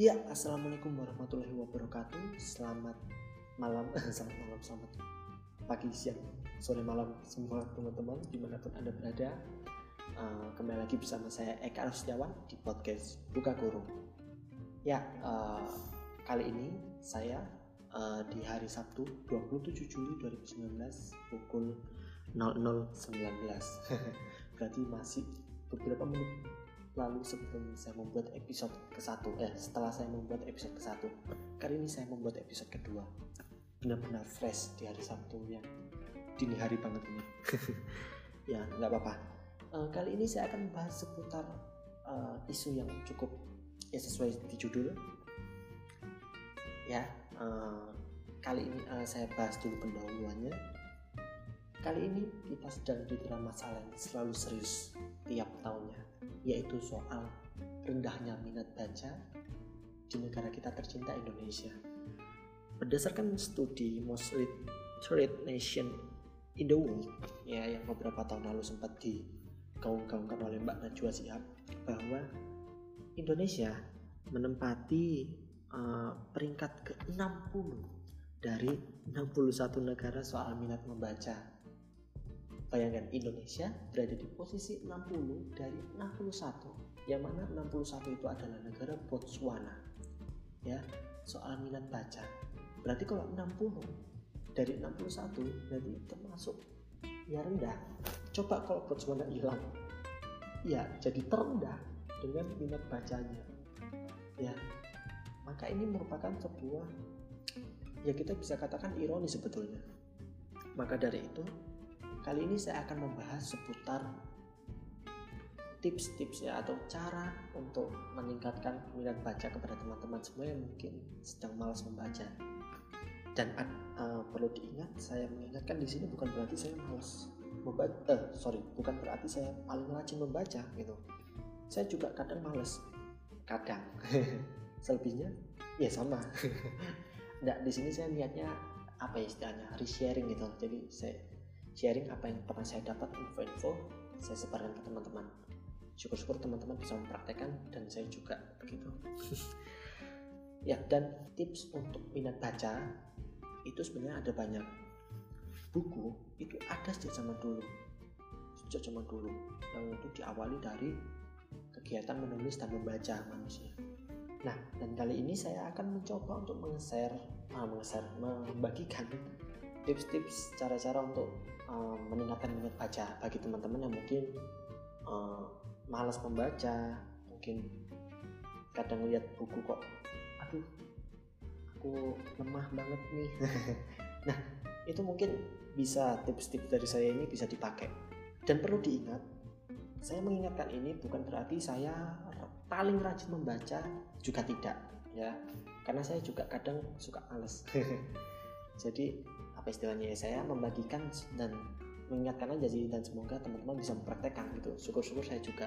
Ya, assalamualaikum warahmatullahi wabarakatuh. Selamat malam, selamat pagi, siang, sore, malam semua teman-teman dimanapun Anda berada. Kembali lagi bersama saya Eka Setiawan di podcast Buka Kurung. Ya, kali ini saya di hari Sabtu 27 Juli 2019 pukul 00.19 berarti masih beberapa menit lalu sebelum saya membuat episode ke-1 setelah saya membuat episode ke-1, kali ini saya membuat episode kedua. Benar-benar fresh di hari Sabtu yang dini hari banget ini. Ya nggak apa-apa. Kali ini saya akan membahas seputar isu yang cukup sesuai di judul. Ya, kali ini saya bahas dulu pendahuluannya. Kali ini kita sedang didera masalah yang selalu serius tiap tahunnya, yaitu soal rendahnya minat baca di negara kita tercinta Indonesia. Berdasarkan studi Most Read Nation in the World yang beberapa tahun lalu sempat digaung-gaungkan oleh Mbak Najwa Shihab, bahwa Indonesia menempati peringkat ke-60 dari 61 negara soal minat membaca. Bayangkan, Indonesia berada di posisi 60 dari 61, yang mana 61 itu adalah negara Botswana. Ya, soal minat baca. Berarti kalau 60 dari 61 berarti termasuk ya rendah. Coba kalau Botswana hilang, ya jadi terendah dengan minat bacanya. Ya, maka ini merupakan sebuah, ya kita bisa katakan ironi sebetulnya. Maka dari itu, kali ini saya akan membahas seputar tips-tips atau cara untuk meningkatkan minat baca kepada teman-teman semua yang mungkin sedang malas membaca. Dan perlu diingat, saya mengingatkan di sini bukan berarti saya malas membaca, bukan berarti saya paling rajin membaca gitu. Saya juga kadang malas, kadang. Selebihnya ya sama. Nggak, di sini saya niatnya istilahnya resharing gitu. Jadi saya sharing apa yang pernah saya dapat, info-info saya sebarkan ke teman-teman. Syukur-syukur teman-teman bisa mempraktekkan dan saya juga begitu. Ya, dan tips untuk minat baca itu sebenarnya ada banyak. Buku itu ada sejak zaman dulu, yang itu diawali dari kegiatan menulis dan membaca manusia. Nah, dan kali ini saya akan mencoba untuk membagikan tips-tips cara-cara untuk meningkatkan minat baca bagi teman-teman yang mungkin malas membaca, mungkin kadang lihat buku kok aku lemah banget nih. Nah, itu mungkin bisa tips-tips dari saya ini bisa dipakai. Dan perlu diingat, saya mengingatkan ini bukan berarti saya paling rajin membaca, juga tidak ya, karena saya juga kadang suka malas. Jadi istilahnya, saya membagikan dan mengingatkan aja sih, dan semoga teman-teman bisa mempraktekkan gitu. Syukur-syukur saya juga.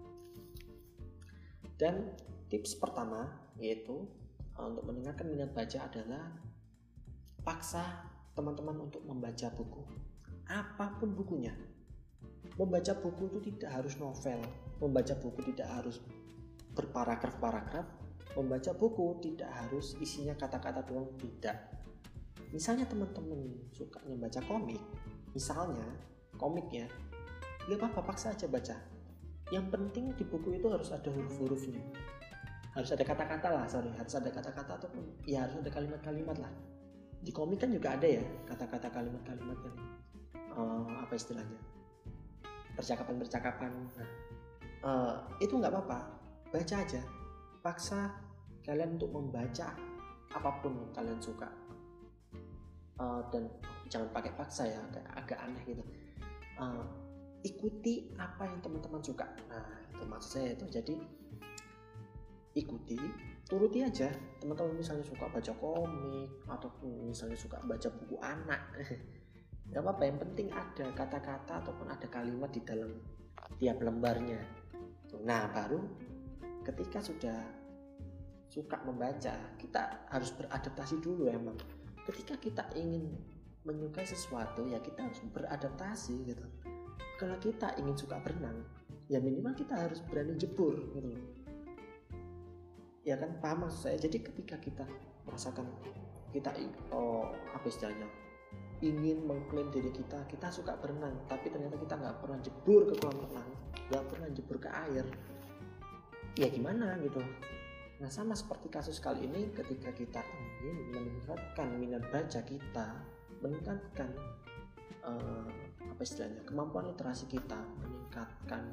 Dan tips pertama yaitu untuk meningkatkan minat baca adalah paksa teman-teman untuk membaca buku, apapun bukunya. Membaca buku itu tidak harus novel, membaca buku tidak harus berparagraf-paragraf, membaca buku tidak harus isinya kata-kata doang, tidak. Misalnya teman-teman sukanya baca komik, misalnya komik ya, gak apa-apa, paksa aja baca. Yang penting di buku itu harus ada huruf-hurufnya, harus ada kata-kata lah, harus ada kata-kata ataupun ya harus ada kalimat-kalimat lah. Di komik kan juga ada ya kata-kata, kalimat-kalimat yang istilahnya percakapan. Nah, itu nggak apa-apa, baca aja, paksa kalian untuk membaca apapun yang kalian suka. Dan jangan pakai paksa ya, agak aneh gitu. Ikuti apa yang teman-teman suka. Nah, itu maksud saya itu. Jadi ikuti, turuti aja. Teman-teman misalnya suka baca komik ataupun misalnya suka baca buku anak, gak apa-apa, yang penting ada kata-kata ataupun ada kalimat di dalam tiap lembarnya. Nah, baru ketika sudah suka membaca, kita harus beradaptasi dulu emang. Ketika kita ingin menyukai sesuatu, ya kita harus beradaptasi gitu. Kalau kita ingin suka berenang, ya minimal kita harus berani jebur gitu. Ya kan, paham maksud saya. Jadi ketika kita merasakan kita apa istilahnya, ingin mengklaim diri kita suka berenang, tapi ternyata kita nggak pernah jebur ke kolam renang, nggak pernah jebur ke air, ya gimana gitu. Nah, sama seperti kasus kali ini, ketika kita ingin meningkatkan minat baca kita, meningkatkan apa istilahnya, kemampuan literasi kita, meningkatkan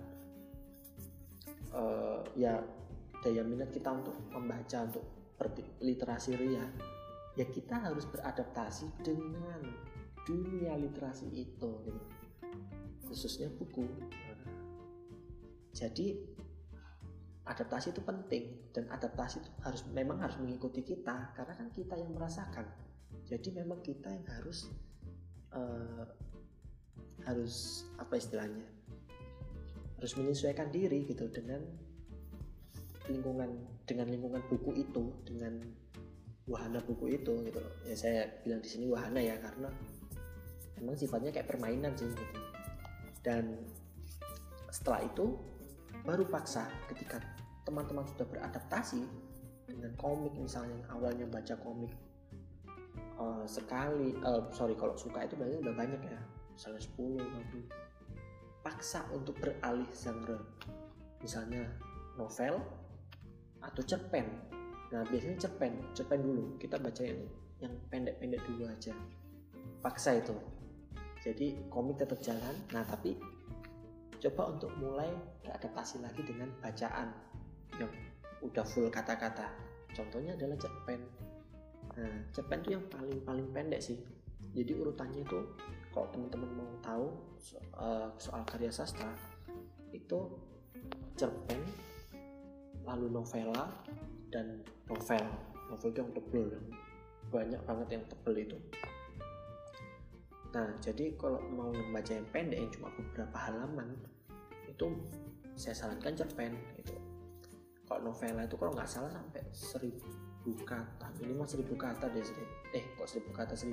ya daya minat kita untuk membaca, untuk literasi ria, ya kita harus beradaptasi dengan dunia literasi itu gitu. Khususnya buku. Jadi adaptasi itu penting, dan adaptasi itu memang harus mengikuti kita, karena kan kita yang merasakan. Jadi memang kita yang harus apa istilahnya, harus menyesuaikan diri gitu dengan lingkungan buku itu, dengan wahana buku itu gitu. Ya saya bilang di sini wahana ya, karena memang sifatnya kayak permainan sih gitu. Dan setelah itu baru paksa, ketika teman-teman sudah beradaptasi dengan komik, misalnya awalnya baca komik sekali, kalau suka itu berarti udah banyak ya, misalnya 10 baru paksa untuk beralih genre, misalnya novel atau cerpen. Nah biasanya cerpen dulu, kita baca yang pendek-pendek dulu aja, paksa itu. Jadi komik tetap jalan, nah tapi coba untuk mulai beradaptasi lagi dengan bacaan yang udah full kata-kata. Contohnya adalah cerpen. Nah, cerpen itu yang paling pendek sih. Jadi urutannya itu, kalau teman-teman mau tahu soal karya sastra, itu cerpen, lalu novela, dan novel itu yang tebel, banyak banget yang tebel itu. Nah, jadi kalau mau membaca yang pendek yang cuma beberapa halaman, itu saya sarankan cerpen itu. Kalau novela itu kalau nggak salah sampai 1000 kata, minimal 1000 kata deh. 1000 kata, 1000.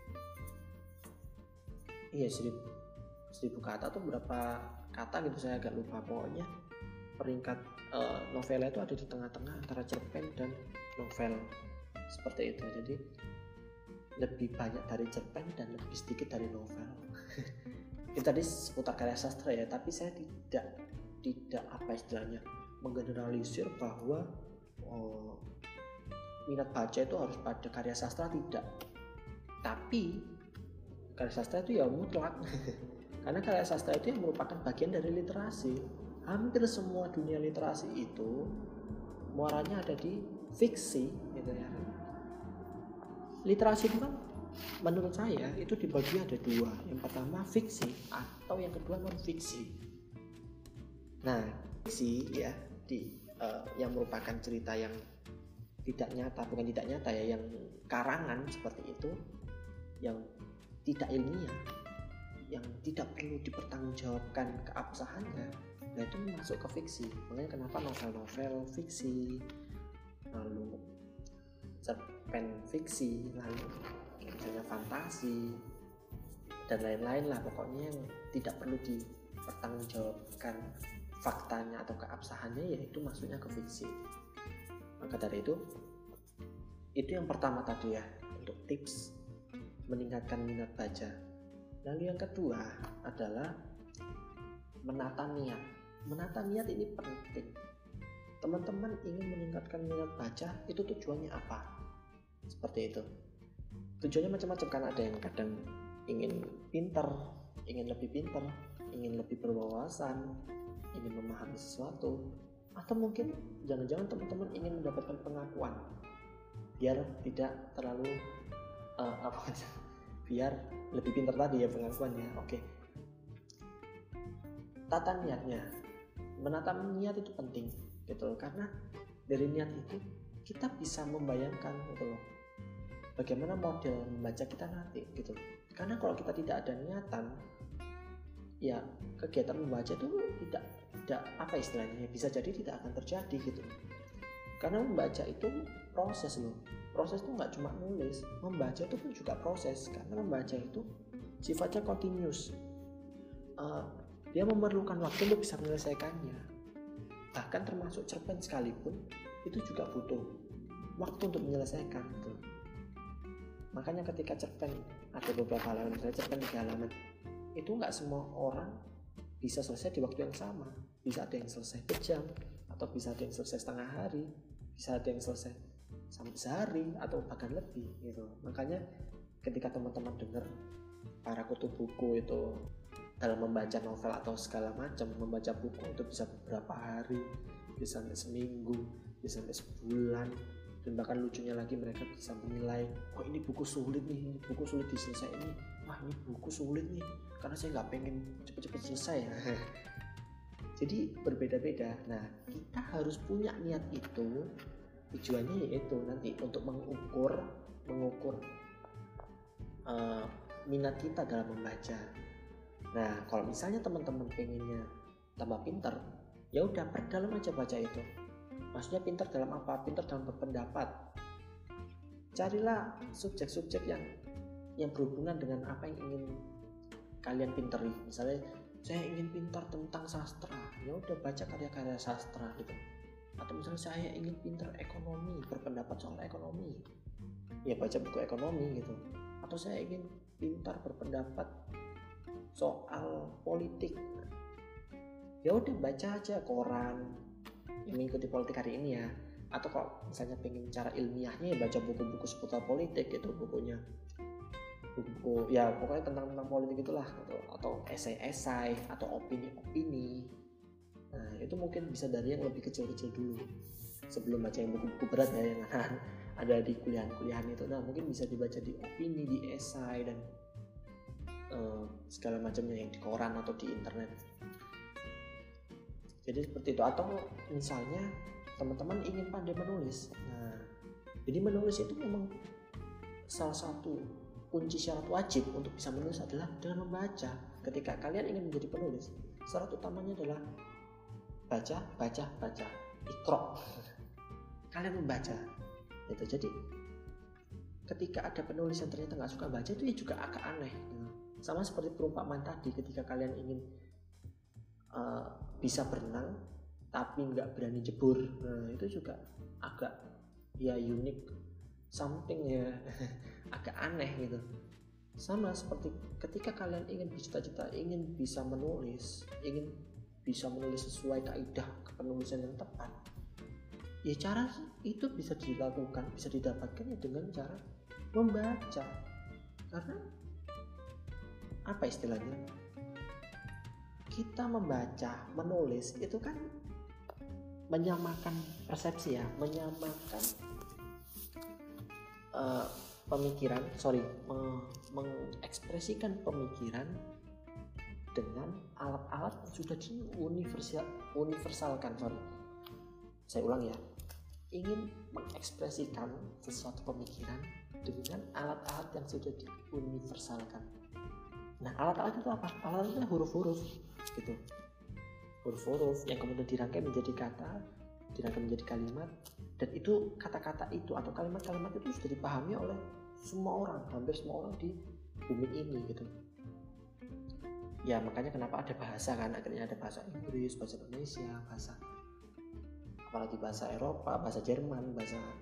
Iya, 1000 kata tuh berapa kata gitu, saya agak lupa. Pokoknya peringkat novela itu ada di tengah-tengah antara cerpen dan novel, seperti itu. Jadi lebih banyak dari cerpen dan lebih sedikit dari novel. Itu tadi seputar karya sastra ya, tapi saya tidak apa istilahnya, menggeneralisir bahwa minat baca itu harus pada karya sastra, tidak. Tapi karya sastra itu ya mutlak. Karena karya sastra itu yang merupakan bagian dari literasi. Hampir semua dunia literasi itu muaranya ada di fiksi gitu ya. Literasi itu kan menurut saya itu dibagi ada dua. Yang pertama fiksi, atau yang kedua non fiksi. Nah, fiksi ya yang merupakan cerita yang tidak nyata, bukan tidak nyata ya, yang karangan seperti itu, yang tidak ilmiah, yang tidak perlu dipertanggungjawabkan keabsahannya, nah itu masuk ke fiksi. Makanya kenapa novel-novel fiksi, lalu cerpen fiksi, lalu misalnya fantasi dan lain-lain lah, pokoknya yang tidak perlu dipertanggungjawabkan faktanya atau keabsahannya, yaitu masuknya ke fiksi. Maka dari itu yang pertama tadi ya, untuk tips meningkatkan minat baca. Lalu yang kedua adalah menata niat. Menata niat ini penting. Teman-teman ingin meningkatkan minat baca, itu tujuannya apa? Seperti itu. Tujuannya macam-macam, kan ada yang kadang ingin pintar, ingin lebih pintar, ingin lebih berwawasan, ingin memahami sesuatu, atau mungkin jangan-jangan teman-teman ingin mendapatkan pengakuan biar tidak terlalu biar lebih pintar tadi ya pengakuannya. Oke. Tata niatnya, menata niat itu penting gitu loh, karena dari niat itu kita bisa membayangkan gitu loh bagaimana model membaca kita nanti gitu loh. Karena kalau kita tidak ada niatan, ya kegiatan membaca itu tidak apa istilahnya, bisa jadi tidak akan terjadi gitu. Karena membaca itu proses loh. Proses itu nggak cuma nulis, membaca itu pun juga proses. Karena membaca itu sifatnya continuous. Dia memerlukan waktu untuk bisa menyelesaikannya. Bahkan termasuk cerpen sekalipun, itu juga butuh waktu untuk menyelesaikan gitu. Makanya ketika cerpen ada beberapa halaman, misalnya cerpen 3 halaman, itu nggak semua orang bisa selesai di waktu yang sama. Bisa ada yang selesai sejam, atau bisa ada yang selesai setengah hari, bisa ada yang selesai sampai sehari atau bahkan lebih gitu. Makanya ketika teman-teman dengar para kutub buku itu dalam membaca novel atau segala macam, membaca buku itu bisa beberapa hari, bisa sampai seminggu, bisa sampai sebulan, dan bahkan lucunya lagi mereka bisa menilai, oh ini buku sulit nih, ini buku sulit diselesaikan ini, wah ini buku sulit nih karena saya nggak pengen cepet-cepet selesai. Jadi berbeda-beda. Nah, kita harus punya niat itu. Tujuannya yaitu nanti untuk mengukur minat kita dalam membaca. Nah, kalau misalnya teman-teman pengennya tambah pintar, ya udah perdalam aja baca itu. Maksudnya pintar dalam apa? Pintar dalam berpendapat. Carilah subjek-subjek yang berhubungan dengan apa yang ingin kalian pintari. Misalnya saya ingin pintar tentang sastra, ya udah baca karya-karya sastra gitu. Atau misalnya saya ingin pintar ekonomi, berpendapat soal ekonomi, ya baca buku ekonomi gitu. Atau saya ingin pintar berpendapat soal politik, ya udah baca aja koran yang mengikuti politik hari ini ya. Atau kalau misalnya pengen cara ilmiahnya, ya baca buku-buku seputar politik gitu, bukunya buku ya pokoknya tentang politik itulah, atau esai-esai atau opini-opini. Nah itu mungkin bisa dari yang lebih kecil-kecil dulu sebelum baca yang buku-buku berat ya, yang ada di kuliahan itu. Nah mungkin bisa dibaca di opini, di esai, dan segala macamnya yang di koran atau di internet. Jadi seperti itu. Atau misalnya teman-teman ingin pandai menulis, nah jadi menulis itu memang salah satu kunci syarat wajib untuk bisa menulis adalah dengan membaca. Ketika kalian ingin menjadi penulis, syarat utamanya adalah baca, iqra. Kalian membaca. Itu. Jadi ketika ada penulis yang ternyata nggak suka baca, itu ya juga agak aneh. Sama seperti perumpamaan tadi, ketika kalian ingin bisa berenang tapi nggak berani jebur, nah itu juga agak ya unik, something ya agak aneh gitu. Sama seperti ketika kalian ingin bercita-cita ingin bisa menulis sesuai kaidah kepenulisan yang tepat, ya cara itu bisa dilakukan, bisa didapatkan ya dengan cara membaca. Karena apa istilahnya, kita membaca, menulis itu kan menyamakan persepsi ya, menyamakan mengekspresikan pemikiran dengan alat-alat yang sudah diuniversalkan. Saya ulang ya, ingin mengekspresikan sesuatu pemikiran dengan alat-alat yang sudah diuniversalkan. Nah alat-alat itu apa? Alat-alatnya huruf-huruf gitu, huruf-huruf yang kemudian dirangkai menjadi kata, dirangkai menjadi kalimat, dan itu kata-kata itu atau kalimat-kalimat itu sudah dipahami oleh semua orang, hampir semua orang di bumi ini gitu. Ya makanya kenapa ada bahasa kan, akhirnya ada bahasa Inggris, bahasa Indonesia, apalagi bahasa Eropa, bahasa Jerman,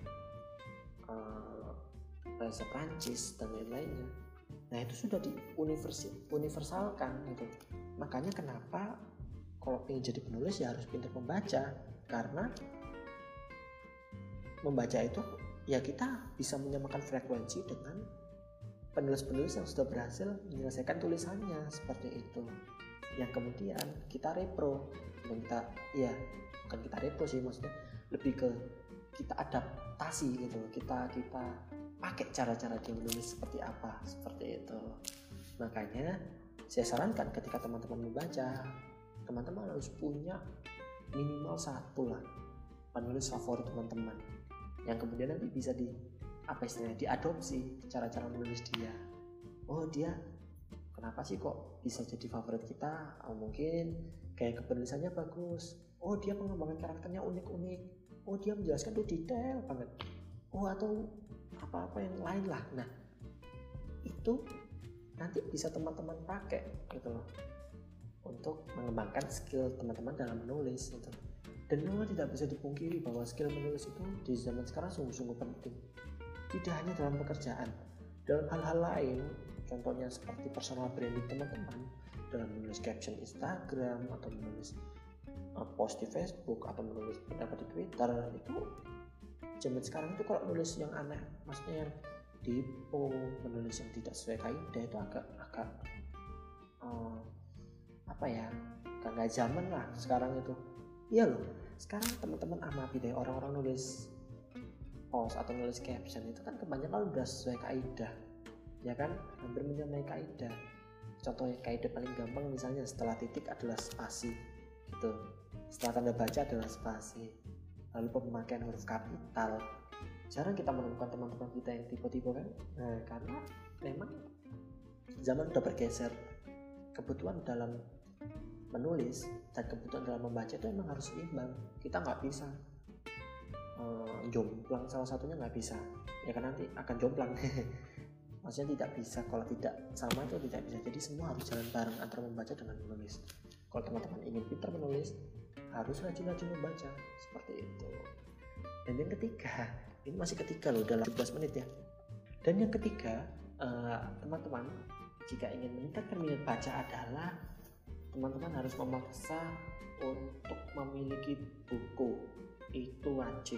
bahasa Prancis dan lain-lainnya. Nah itu sudah diuniversalkan gitu. Makanya kenapa kalau ingin jadi penulis ya harus pintar membaca, karena membaca itu ya kita bisa menyamakan frekuensi dengan penulis-penulis yang sudah berhasil menyelesaikan tulisannya seperti itu, yang kemudian kita repro, bukan kita repro sih, maksudnya lebih ke kita adaptasi gitu, kita pakai cara-cara dia menulis seperti apa, seperti itu. Makanya saya sarankan ketika teman-teman membaca, teman-teman harus punya minimal satu lah penulis favorit teman-teman, yang kemudian nanti bisa diadopsi cara-cara menulis dia. Oh dia kenapa sih kok bisa jadi favorit kita? Oh mungkin kayak kepenulisannya bagus. Oh dia pengembangan karakternya unik-unik. Oh dia menjelaskan tuh detail banget. Oh atau apa-apa yang lain lah. Nah itu nanti bisa teman-teman pakai gitu loh, untuk mengembangkan skill teman-teman dalam menulis gitu. Dan memang tidak bisa dipungkiri bahwa skill menulis itu di zaman sekarang sungguh-sungguh penting. Tidak hanya dalam pekerjaan, dalam hal-hal lain, contohnya seperti personal branding teman-teman, dalam menulis caption Instagram atau menulis post di Facebook atau menulis pendapat di Twitter. Itu zaman sekarang itu kalau nulis yang aneh, maksudnya yang typo, menulis yang tidak sesuai kaidah, itu agak nggak zaman lah sekarang itu. Iya loh, sekarang teman-teman amati deh, orang-orang nulis post atau nulis caption itu kan kebanyakan udah sesuai kaidah, ya kan, hampir menyamai kaidah. Contohnya kaidah paling gampang misalnya setelah titik adalah spasi gitu, setelah tanda baca adalah spasi, lalu pemakaian huruf kapital. Jarang kita menemukan teman-teman kita yang tipe-tipe kan. Nah, karena memang zaman udah bergeser, kebutuhan dalam menulis dan kebutuhan dalam membaca itu emang harus seimbang. Kita nggak bisa jomplang salah satunya, nggak bisa, ya kan nanti akan jomplang. Maksudnya tidak bisa, kalau tidak sama itu tidak bisa. Jadi semua harus jalan bareng antara membaca dengan menulis. Kalau teman-teman ingin pintar menulis, harus rajin-rajin membaca, seperti itu. Dan yang ketiga, ini masih ketiga loh, dalam 17 menit ya. Dan yang ketiga, teman-teman jika ingin meningkatkan minat baca adalah teman-teman harus memaksa untuk memiliki buku. Itu wajib.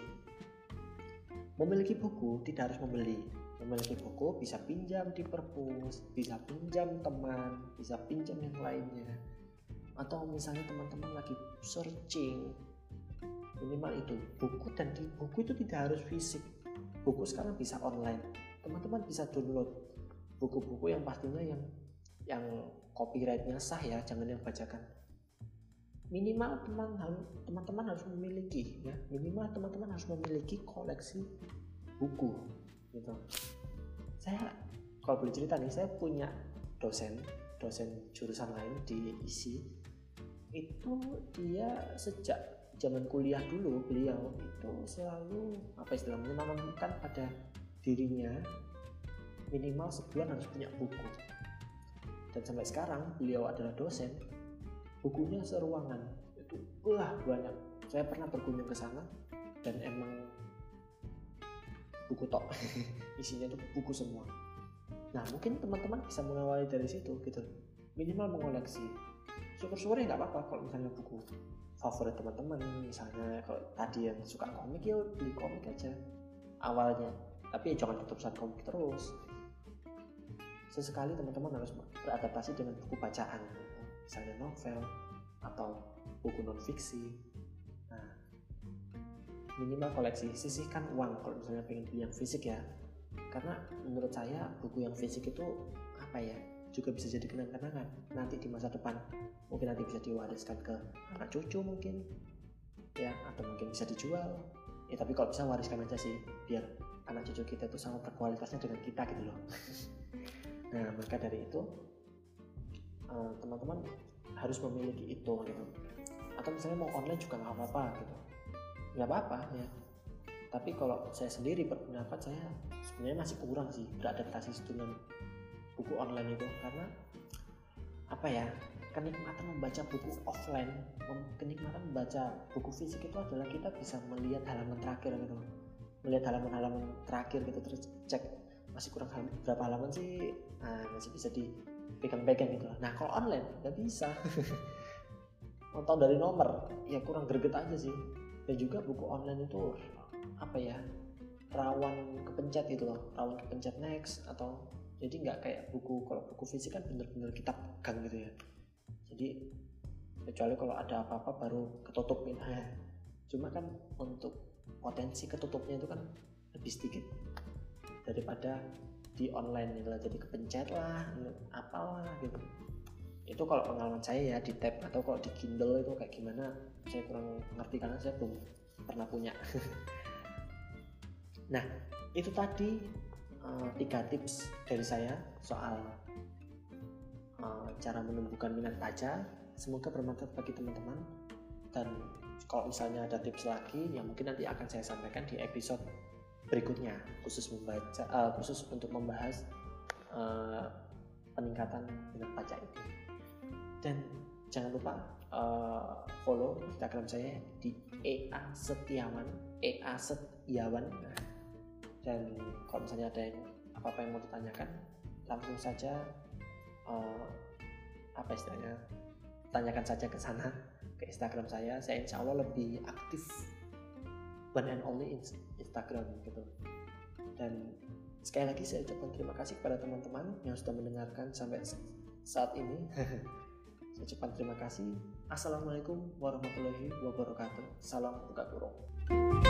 Memiliki buku tidak harus membeli. Memiliki buku bisa pinjam di perpus, bisa pinjam teman, bisa pinjam yang lainnya. Atau misalnya teman-teman lagi searching, minimal itu buku, dan di buku itu tidak harus fisik. Buku sekarang bisa online. Teman-teman bisa download buku-buku yang pastinya yang copyrightnya sah ya, jangan yang bajakan. Minimal teman-teman harus memiliki ya, minimal teman-teman harus memiliki koleksi buku gitu. Saya kalau boleh cerita nih, saya punya dosen jurusan lain di ISI. Itu dia sejak zaman kuliah dulu, beliau itu selalu menanamkan pada dirinya minimal sebulan harus punya buku. Dan sampai sekarang beliau adalah dosen, bukunya seruangan itu banyak. Saya pernah berkunjung ke sana dan emang buku tok. Isinya itu buku semua. Nah, mungkin teman-teman bisa mengawali dari situ gitu, minimal mengoleksi. Syukur-syukur ya nggak apa-apa kalau misalnya buku favorit teman-teman, misalnya kalau tadi yang suka komik ya beli komik aja awalnya, tapi jangan terus komik terus. Sesekali teman-teman harus beradaptasi dengan buku bacaan, misalnya novel atau buku non-fiksi. Nah, minimal koleksi, sisihkan uang kalau misalnya pengen beli yang fisik ya, karena menurut saya buku yang fisik itu juga bisa jadi kenang-kenangan nanti di masa depan. Mungkin nanti bisa diwariskan ke anak cucu mungkin ya, atau mungkin bisa dijual ya, tapi kalau bisa wariskan aja sih, biar anak cucu kita itu sama berkualitasnya dengan kita gitu loh. Nah, maka dari itu teman-teman harus memiliki itu gitu. Atau misalnya mau online juga nggak apa-apa gitu, nggak apa-apa ya. Tapi kalau saya sendiri berpendapat, saya sebenarnya masih kurang sih beradaptasi dengan buku online itu, karena kenikmatan membaca buku offline, kenikmatan membaca buku fisik itu adalah kita bisa melihat halaman terakhir gitu, melihat halaman-halaman terakhir gitu, terus cek masih kurang berapa halaman sih, masih bisa dipegang-pegang gitu. Nah, kalau online nggak bisa. Nonton dari nomor ya kurang greget aja sih. Dan juga buku online itu rawan kepencet gitu loh, rawan kepencet next, atau jadi nggak kayak buku. Kalau buku fisik kan bener-bener kita pegang gitu ya, jadi kecuali kalau ada apa-apa baru ketutupin. Cuma kan untuk potensi ketutupnya itu kan lebih sedikit daripada di online gitu lah, jadi kepencet lah apalah gitu. Itu kalau pengalaman saya ya di tab, atau kalau di Kindle itu kayak gimana saya kurang ngerti karena saya belum pernah punya. Nah, itu tadi 3 tips dari saya soal cara menumbuhkan minat baca. Semoga bermanfaat bagi teman-teman, dan kalau misalnya ada tips lagi yang mungkin nanti akan saya sampaikan di episode berikutnya, khusus untuk membahas peningkatan minat baca itu. Dan jangan lupa follow Instagram saya di @setiawan. Dan kalau misalnya ada yang apa-apa yang mau ditanyakan, langsung saja tanyakan saja ke sana, ke Instagram saya. Saya insya Allah lebih aktif one and only Instagram gitu. Dan sekali lagi saya ucapkan terima kasih kepada teman-teman yang sudah mendengarkan sampai saat ini. Saya ucapkan terima kasih. Assalamualaikum warahmatullahi wabarakatuh. Salam buka kurung.